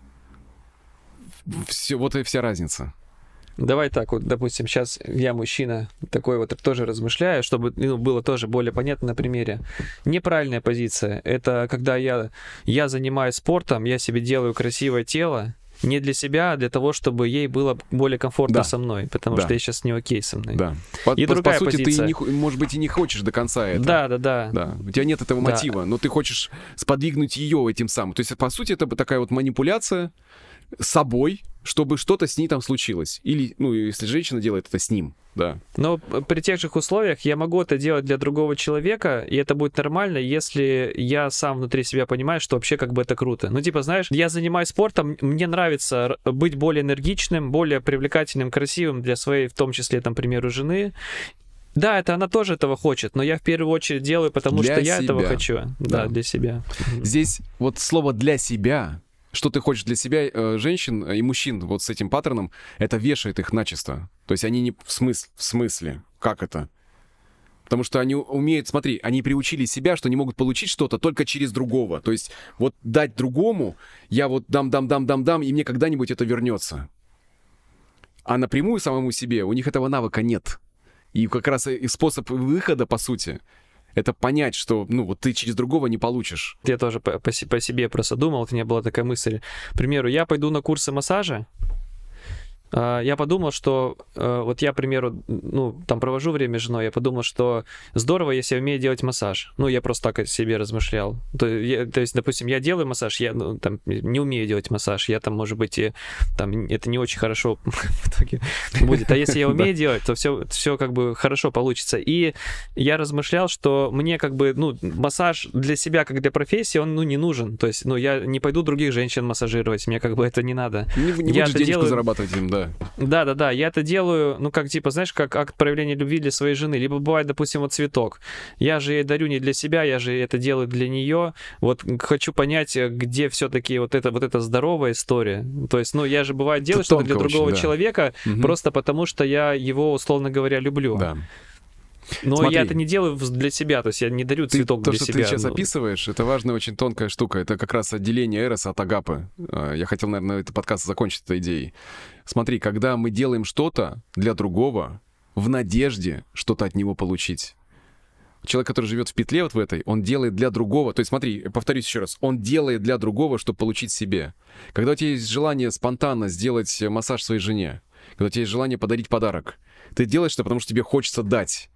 Вот и вся разница. Давай так вот, допустим, сейчас я мужчина, такой вот тоже размышляю, чтобы было тоже более понятно на примере. Неправильная позиция — это когда я занимаюсь спортом, я себе делаю красивое тело, не для себя, а для того, чтобы ей было более комфортно со мной, потому что я сейчас не окей со мной. Да. И другая по сути, позиция. ты, может быть, и не хочешь до конца это. Да. У тебя нет этого мотива, но ты хочешь сподвигнуть ее этим самым. То есть, по сути, это такая вот манипуляция собой, чтобы что-то с ней там случилось. Или, если женщина делает это с ним, да. Но при тех же условиях я могу это делать для другого человека, и это будет нормально, если я сам внутри себя понимаю, что вообще как бы это круто. Знаешь, я занимаюсь спортом, мне нравится быть более энергичным, более привлекательным, красивым для своей, в том числе, там, к примеру, жены. Да, это она тоже этого хочет, но я в первую очередь делаю, потому что я этого хочу. Да, для себя. Здесь вот слово «для себя», что ты хочешь для себя, женщин и мужчин вот с этим паттерном, это вешает их начисто. То есть они не... В смысле? Как это? Потому что они умеют... Смотри, они приучили себя, что они могут получить что-то только через другого. То есть вот дать другому, я вот дам, и мне когда-нибудь это вернется. А напрямую самому себе у них этого навыка нет. И как раз и способ выхода, по сути, это понять, что, вот ты через другого не получишь. Я тоже по себе просто думал, вот у меня была такая мысль. К примеру, я пойду на курсы массажа, я подумал, что вот я, к примеру, там провожу время с женой, я подумал, что здорово, если я умею делать массаж. Я просто так о себе размышлял. То есть, допустим, я делаю массаж, я там не умею делать массаж, я там, может быть, и там это не очень хорошо в итоге будет. А если я умею делать, то все как бы хорошо получится. И я размышлял, что мне как бы, массаж для себя, как для профессии, он, не нужен. То есть, я не пойду других женщин массажировать, мне как бы это не надо. Не будешь денежку зарабатывать им, да. да. Да, я это делаю, ну, как, типа, знаешь, как акт проявления любви для своей жены. Либо бывает, допустим, вот цветок. Я же ей дарю не для себя, я же это делаю для нее. Вот хочу понять, где все-таки вот это здоровая история. То есть, ну, я же, бывает, делаю что-то для другого человека, просто потому что я его, условно говоря, люблю. Да. Но Смотри, я это не делаю для себя, то есть я не дарю цветок для себя. То, что ты сейчас описываешь, это важная, очень тонкая штука. Это как раз отделение эроса от агапы. Я хотел, наверное, этот подкаст закончить этой идеей. Смотри, когда мы делаем что-то для другого в надежде что-то от него получить. Человек, который живет в петле вот в этой, он делает для другого. То есть смотри, повторюсь еще раз, он делает для другого, чтобы получить себе. Когда у тебя есть желание спонтанно сделать массаж своей жене, когда у тебя есть желание подарить подарок, ты делаешь это, потому что тебе хочется дать.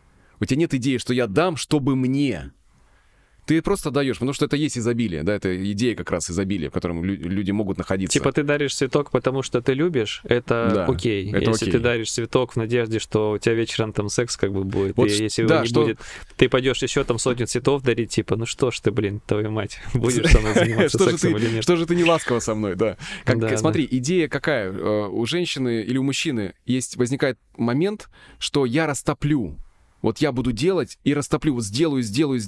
У тебя нет идеи, что я дам, чтобы мне. Ты просто даешь, потому что это есть изобилие, да, это идея как раз изобилия, в котором люди могут находиться. Типа ты даришь цветок, потому что ты любишь, это да, окей. Это если окей. ты даришь цветок в надежде, что у тебя вечером там секс как бы будет, вот и если да, его не будет, ты пойдешь еще там сотню цветов дарить, типа, ну что ж ты, блин, твою мать, будешь со мной заниматься сексом или нет? Что же ты не ласково со мной, да. Смотри, да. Идея какая? У женщины или у мужчины возникает момент, что я растоплю. Вот я буду делать и растоплю, вот сделаю,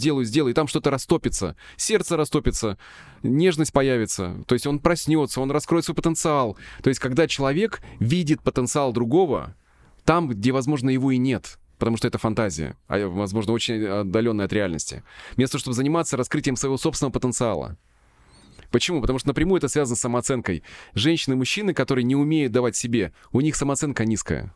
и там что-то растопится, сердце растопится, нежность появится, то есть он проснется, он раскроет свой потенциал. То есть когда человек видит потенциал другого там, где, возможно, его и нет, потому что это фантазия, а, возможно, очень отдаленная от реальности, вместо того, чтобы заниматься раскрытием своего собственного потенциала. Почему? Потому что напрямую это связано с самооценкой. Женщины и мужчины, которые не умеют давать себе, у них самооценка низкая.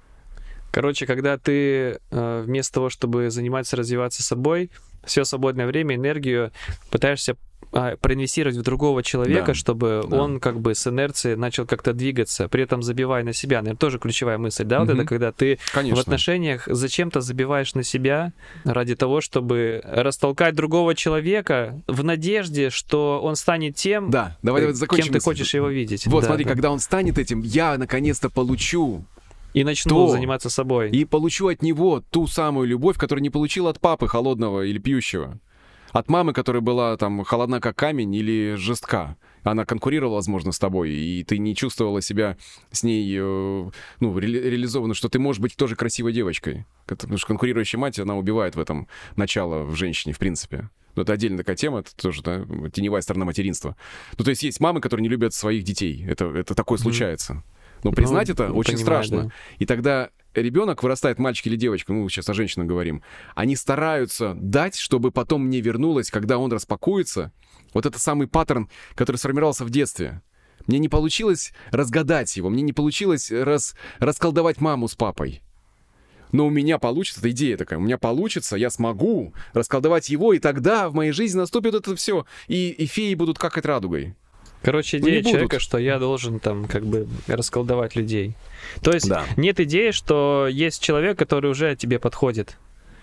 Короче, когда ты вместо того, чтобы заниматься, развиваться собой, все свободное время, энергию пытаешься проинвестировать в другого человека, да, чтобы он как бы с инерцией начал как-то двигаться, при этом забивая на себя. Наверное, тоже ключевая мысль, да? Вот это когда ты в отношениях зачем-то забиваешь на себя ради того, чтобы растолкать другого человека в надежде, что он станет тем, давай закончим кем ты хочешь его видеть. Вот, смотри, когда он станет этим, я наконец-то получу и начну заниматься собой. И получу от него ту самую любовь, которую не получил от папы холодного или пьющего. От мамы, которая была там холодна как камень или жестка. Она конкурировала, возможно, с тобой, и ты не чувствовала себя с ней реализованно, что ты можешь быть тоже красивой девочкой. Потому что конкурирующая мать, она убивает в этом начало в женщине, в принципе. Но это отдельная такая тема, это тоже теневая сторона материнства. Ну, то есть есть мамы, которые не любят своих детей. Это такое случается. Но признать это очень страшно. Да. И тогда ребенок вырастает, мальчик или девочка, сейчас о женщинах говорим, они стараются дать, чтобы потом мне вернулось, когда он распакуется. Вот это самый паттерн, который сформировался в детстве. Мне не получилось разгадать его, мне не получилось расколдовать маму с папой. Но у меня получится, это идея такая, у меня получится, я смогу расколдовать его, и тогда в моей жизни наступит это все, и феи будут какать радугой. Короче, идея человека, что я должен там как бы расколдовать людей. То есть нет идеи, что есть человек, который уже тебе подходит.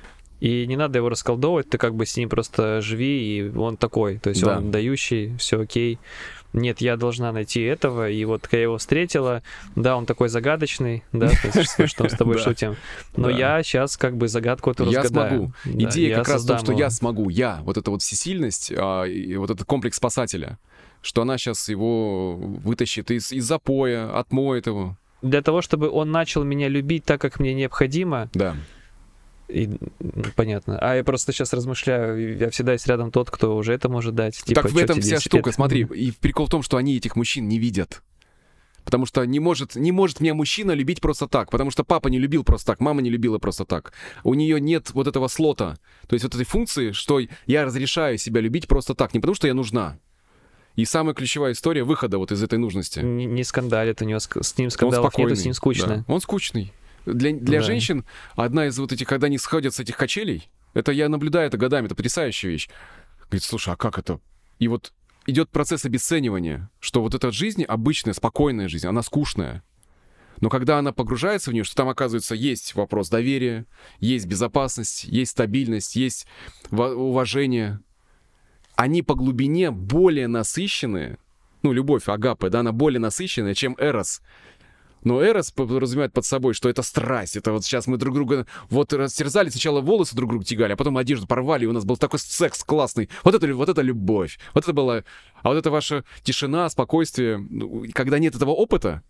И не надо его расколдовывать, ты как бы с ним просто живи, и он такой. То есть он дающий, все окей. Нет, я должна найти этого, и вот когда я его встретила, да, он такой загадочный, да, что мы с тобой шутим, но я сейчас как бы загадку эту разгадаю. Я смогу. Идея как раз в том, что я смогу, вот эта вот всесильность, и вот этот комплекс спасателя, что она сейчас его вытащит из запоя, отмоет его. Для того, чтобы он начал меня любить так, как мне необходимо. Да. И, понятно. А я просто сейчас размышляю, я всегда есть рядом тот, кто уже это может дать. Типа, так в этом вся штука, смотри. И прикол в том, что они этих мужчин не видят. Потому что не может меня мужчина любить просто так. Потому что папа не любил просто так, мама не любила просто так. У нее нет вот этого слота. То есть вот этой функции, что я разрешаю себя любить просто так. Не потому что я нужна. И самая ключевая история выхода вот из этой нужности. Не скандалит у него, с ним скандалов нету, с ним скучно. Да. Он скучный. Для женщин одна из вот этих, когда они сходят с этих качелей, это я наблюдаю это годами, это потрясающая вещь. Говорит, слушай, а как это? И вот идет процесс обесценивания, что вот эта жизнь, обычная, спокойная жизнь, она скучная. Но когда она погружается в нее, что там, оказывается, есть вопрос доверия, есть безопасность, есть стабильность, есть уважение. Они по глубине более насыщенные, любовь, агапе, да, она более насыщенная, чем эрос. Но эрос подразумевает под собой, что это страсть. Это вот сейчас мы друг друга растерзали, сначала волосы друг друга тягали, а потом одежду порвали, и у нас был такой секс классный. Вот это любовь. Вот это была... А вот это ваша тишина, спокойствие. Когда нет этого опыта,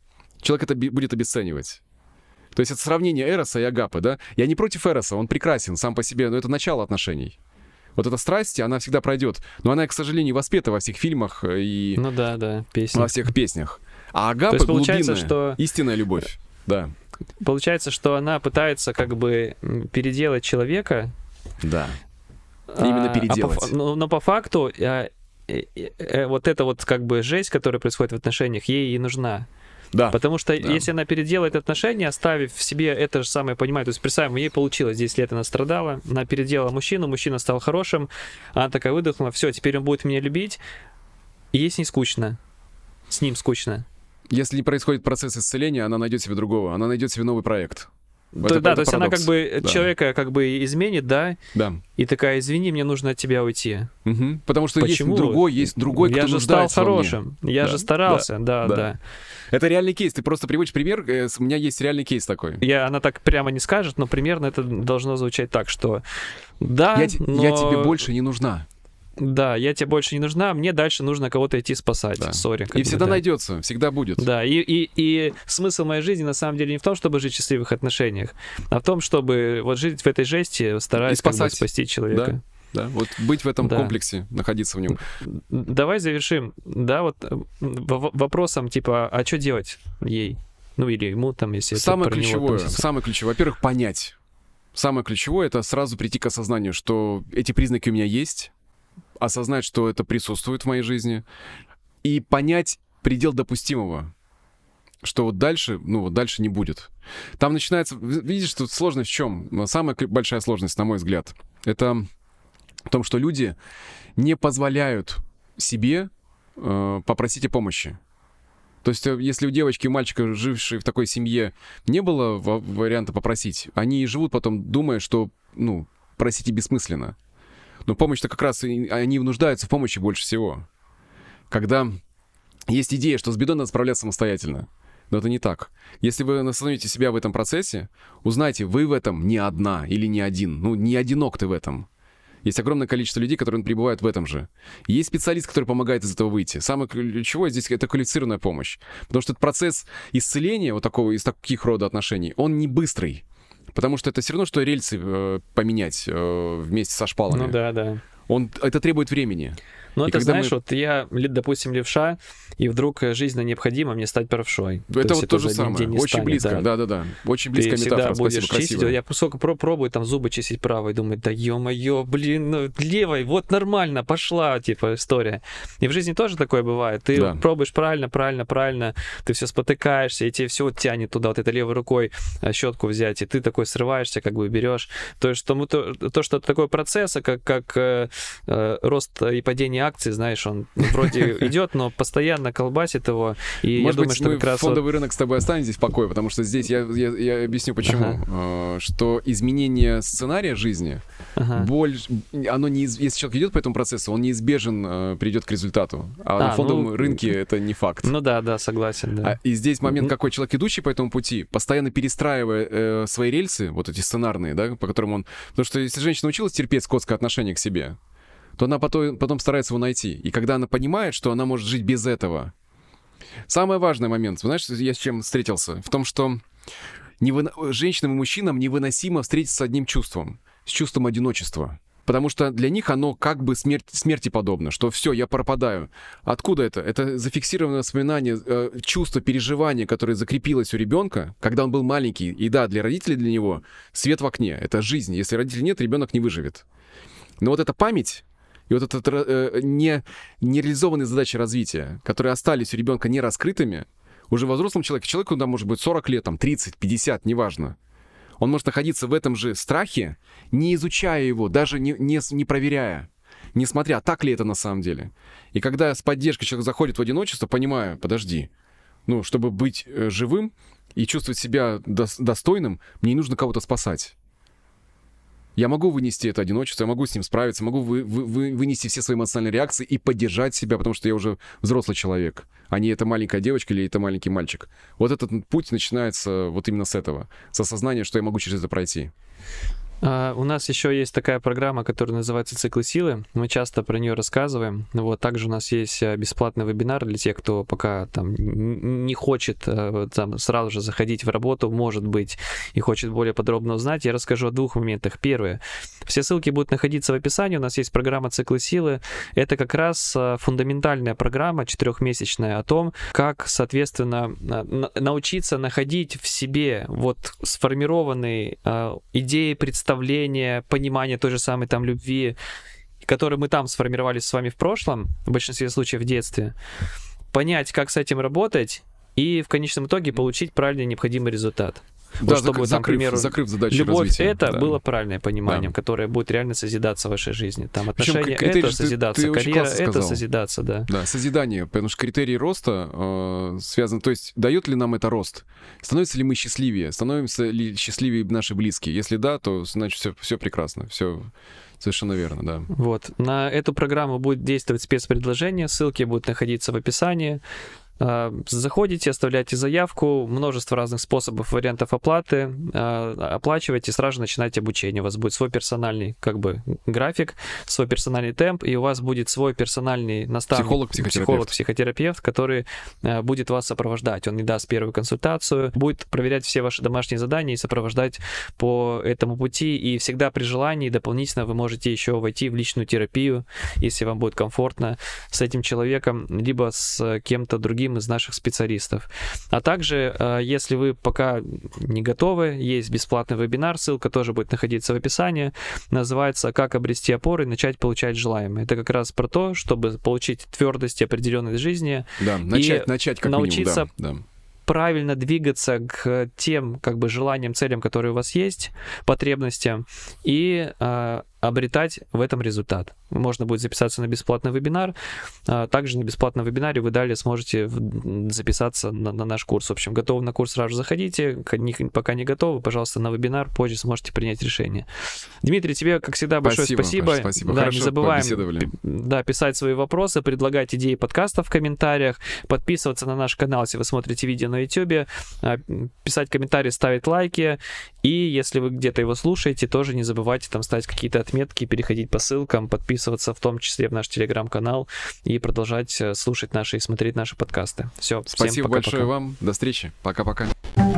человек это будет обесценивать. То есть это сравнение Эроса и Агапы, да? Я не против Эроса, он прекрасен сам по себе, но это начало отношений. Вот эта страсть, она всегда пройдет. Но она, к сожалению, воспета во всех фильмах и песни. Во всех песнях. А Агапа глубинная, что... истинная любовь. Да. Получается, что она пытается как бы переделать человека. Да. Именно переделать. Но по факту вот эта вот как бы жесть, которая происходит в отношениях, ей и нужна. Да. Потому что если она переделает отношения, оставив в себе это же самое понимание, то есть, представим, ей получилось, 10 лет она страдала, она переделала мужчину, мужчина стал хорошим, она такая выдохнула, все, теперь он будет меня любить, и ей с ней скучно, с ним скучно. Если не происходит процесс исцеления, она найдет себе другого, она найдет себе новый проект. То есть она как бы человека как бы изменит, да? Да. И такая, извини, мне нужно от тебя уйти. Угу. Потому что Почему? есть другой, кто нуждается во мне. Я же стал хорошим, я же старался, да. Это реальный кейс, ты просто приводишь пример, у меня есть реальный кейс такой. Она так прямо не скажет, но примерно это должно звучать так, что да, я тебе больше не нужна. Да, я тебе больше не нужна, мне дальше нужно кого-то идти спасать. Да. Сори. И всегда найдется, всегда будет. Да, и смысл моей жизни на самом деле не в том, чтобы жить в счастливых отношениях, а в том, чтобы вот жить в этой жести, стараясь как бы спасти человека. Да, вот быть в этом комплексе, находиться в нем. Давай завершим, да, вот вопросом типа, а что делать ей? Ну или ему там, если самое ключевое, во-первых, понять. Самое ключевое — это сразу прийти к осознанию, что эти признаки у меня есть, осознать, что это присутствует в моей жизни, и понять предел допустимого, что вот дальше не будет. Там начинается... Видишь, тут сложность в чем? Самая большая сложность, на мой взгляд, это в том, что люди не позволяют себе попросить о помощи. То есть, если у девочки и мальчика, жившие в такой семье, не было варианта попросить, они живут потом, думая, что, просить бессмысленно. Но помощь-то как раз, они нуждаются в помощи больше всего. Когда есть идея, что с бедой надо справляться самостоятельно. Но это не так. Если вы остановите себя в этом процессе, узнайте, вы в этом не одна или не один. Не одинок ты в этом. Есть огромное количество людей, которые пребывают в этом же. Есть специалист, который помогает из этого выйти. Самое ключевое здесь — это квалифицированная помощь. Потому что этот процесс исцеления из таких рода отношений, он не быстрый. Потому что это все равно, что рельсы поменять вместе со шпалами. Да. Это требует времени. Ну, это знаешь, вот я, допустим, левша, и вдруг жизненно необходимо мне стать правшой. Это вот то же самое. Очень близко, да. Очень близкая метафора, спасибо, красиво. Я сколько пробую там зубы чистить правой, думаю, да ё-моё, левой, вот нормально, пошла, типа, история. И в жизни тоже такое бывает. Ты пробуешь правильно, ты все спотыкаешься, и тебе все тянет туда, вот этой левой рукой щетку взять, и ты такой срываешься, как бы берешь. То есть, что это такой процесс, как рост и падение акций, знаешь, он вроде идет, но постоянно колбасит его. И может я думаю, быть, что мы как раз фондовый рынок с тобой останем здесь в покое, потому что здесь я объясню почему. Что изменение сценария жизни, боль, если человек идет по этому процессу, он неизбежен придет к результату. А на фондовом рынке это не факт. Ну да, согласен. Да. И здесь момент, какой человек, идущий по этому пути, постоянно перестраивая свои рельсы, вот эти сценарные, да, по которым он... Потому что если женщина научилась терпеть скотское отношение к себе, то она потом старается его найти. И когда она понимает, что она может жить без этого. Самый важный момент, знаешь, я с чем встретился? В том, что женщинам и мужчинам невыносимо встретиться с одним чувством. С чувством одиночества. Потому что для них оно как бы смерти подобно, что все, я пропадаю. Откуда это? Это зафиксированное воспоминание, чувство, переживание, которое закрепилось у ребенка, когда он был маленький. И да, для родителей, для него свет в окне. Это жизнь. Если родителей нет, ребенок не выживет. Но вот эта память и вот это нереализованные задачи развития, которые остались у ребенка не раскрытыми, уже взрослому человеку, да, может быть 40 лет, 30, 50, неважно. Он может находиться в этом же страхе, не изучая его, даже не проверяя, не смотря, так ли это на самом деле. И когда с поддержкой человек заходит в одиночество, понимая, подожди, чтобы быть живым и чувствовать себя достойным, мне не нужно кого-то спасать. Я могу вынести это одиночество, я могу с ним справиться, могу вынести все свои эмоциональные реакции и поддержать себя, потому что я уже взрослый человек, а не эта маленькая девочка или это маленький мальчик. Вот этот путь начинается вот именно с этого, с осознания, что я могу через это пройти. У нас еще есть такая программа, которая называется «Циклы силы». Мы часто про нее рассказываем. Вот, также у нас есть бесплатный вебинар для тех, кто пока там не хочет там, сразу же заходить в работу, может быть, и хочет более подробно узнать. Я расскажу о двух моментах. Первое. Все ссылки будут находиться в описании. У нас есть программа «Циклы силы». Это как раз фундаментальная программа, 4-месячная, о том, как, соответственно, научиться находить в себе вот сформированные идеи, представления, понимание той же самой там любви, которые мы там сформировали с вами в прошлом, в большинстве случаев в детстве, понять, как с этим работать, и в конечном итоге получить правильный необходимый результат. Да, вот чтобы, там, к примеру, закрыв задачу любовь развития. это было правильное понимание, которое будет реально созидаться в вашей жизни. Там отношения это созидаться, карьера это созидаться, да. Да, созидание, потому что критерий роста связан, то есть дает ли нам это рост? Становимся ли мы счастливее? Становимся ли счастливее наши близкие? Если да, то значит все прекрасно, все совершенно верно, да. Вот, на эту программу будет действовать спецпредложение, ссылки будут находиться в описании. Заходите, оставляйте заявку, множество разных способов, вариантов оплаты, оплачивайте, сразу же начинайте обучение. У вас будет свой персональный график, свой персональный темп, и у вас будет свой персональный наставник, психолог-психотерапевт, который будет вас сопровождать. Он не даст первую консультацию, будет проверять все ваши домашние задания и сопровождать по этому пути, и всегда при желании дополнительно вы можете еще войти в личную терапию, если вам будет комфортно с этим человеком, либо с кем-то другим из наших специалистов. А также, если вы пока не готовы, есть бесплатный вебинар, ссылка тоже будет находиться в описании, называется «Как обрести опору и начать получать желаемое». Это как раз про то, чтобы получить твердость и определенность жизни, да, начать как научиться минимум, да. правильно двигаться к тем желаниям, целям, которые у вас есть, потребностям, и обретать в этом результат. Можно будет записаться на бесплатный вебинар. Также на бесплатном вебинаре вы далее сможете записаться на наш курс. В общем, готовы на курс, сразу заходите. Пока не готовы, пожалуйста, на вебинар позже сможете принять решение. Дмитрий, тебе, как всегда, большое спасибо. Паша, спасибо. Да, хорошо не забываем писать свои вопросы, предлагать идеи подкастов в комментариях, подписываться на наш канал, если вы смотрите видео на YouTube, писать комментарии, ставить лайки. И если вы где-то его слушаете, тоже не забывайте там ставить какие-то отметки, переходить по ссылкам, подписываться в том числе в наш телеграм-канал и продолжать слушать наши и смотреть наши подкасты. Все, спасибо всем большое пока-пока. вам. До встречи. Пока-пока.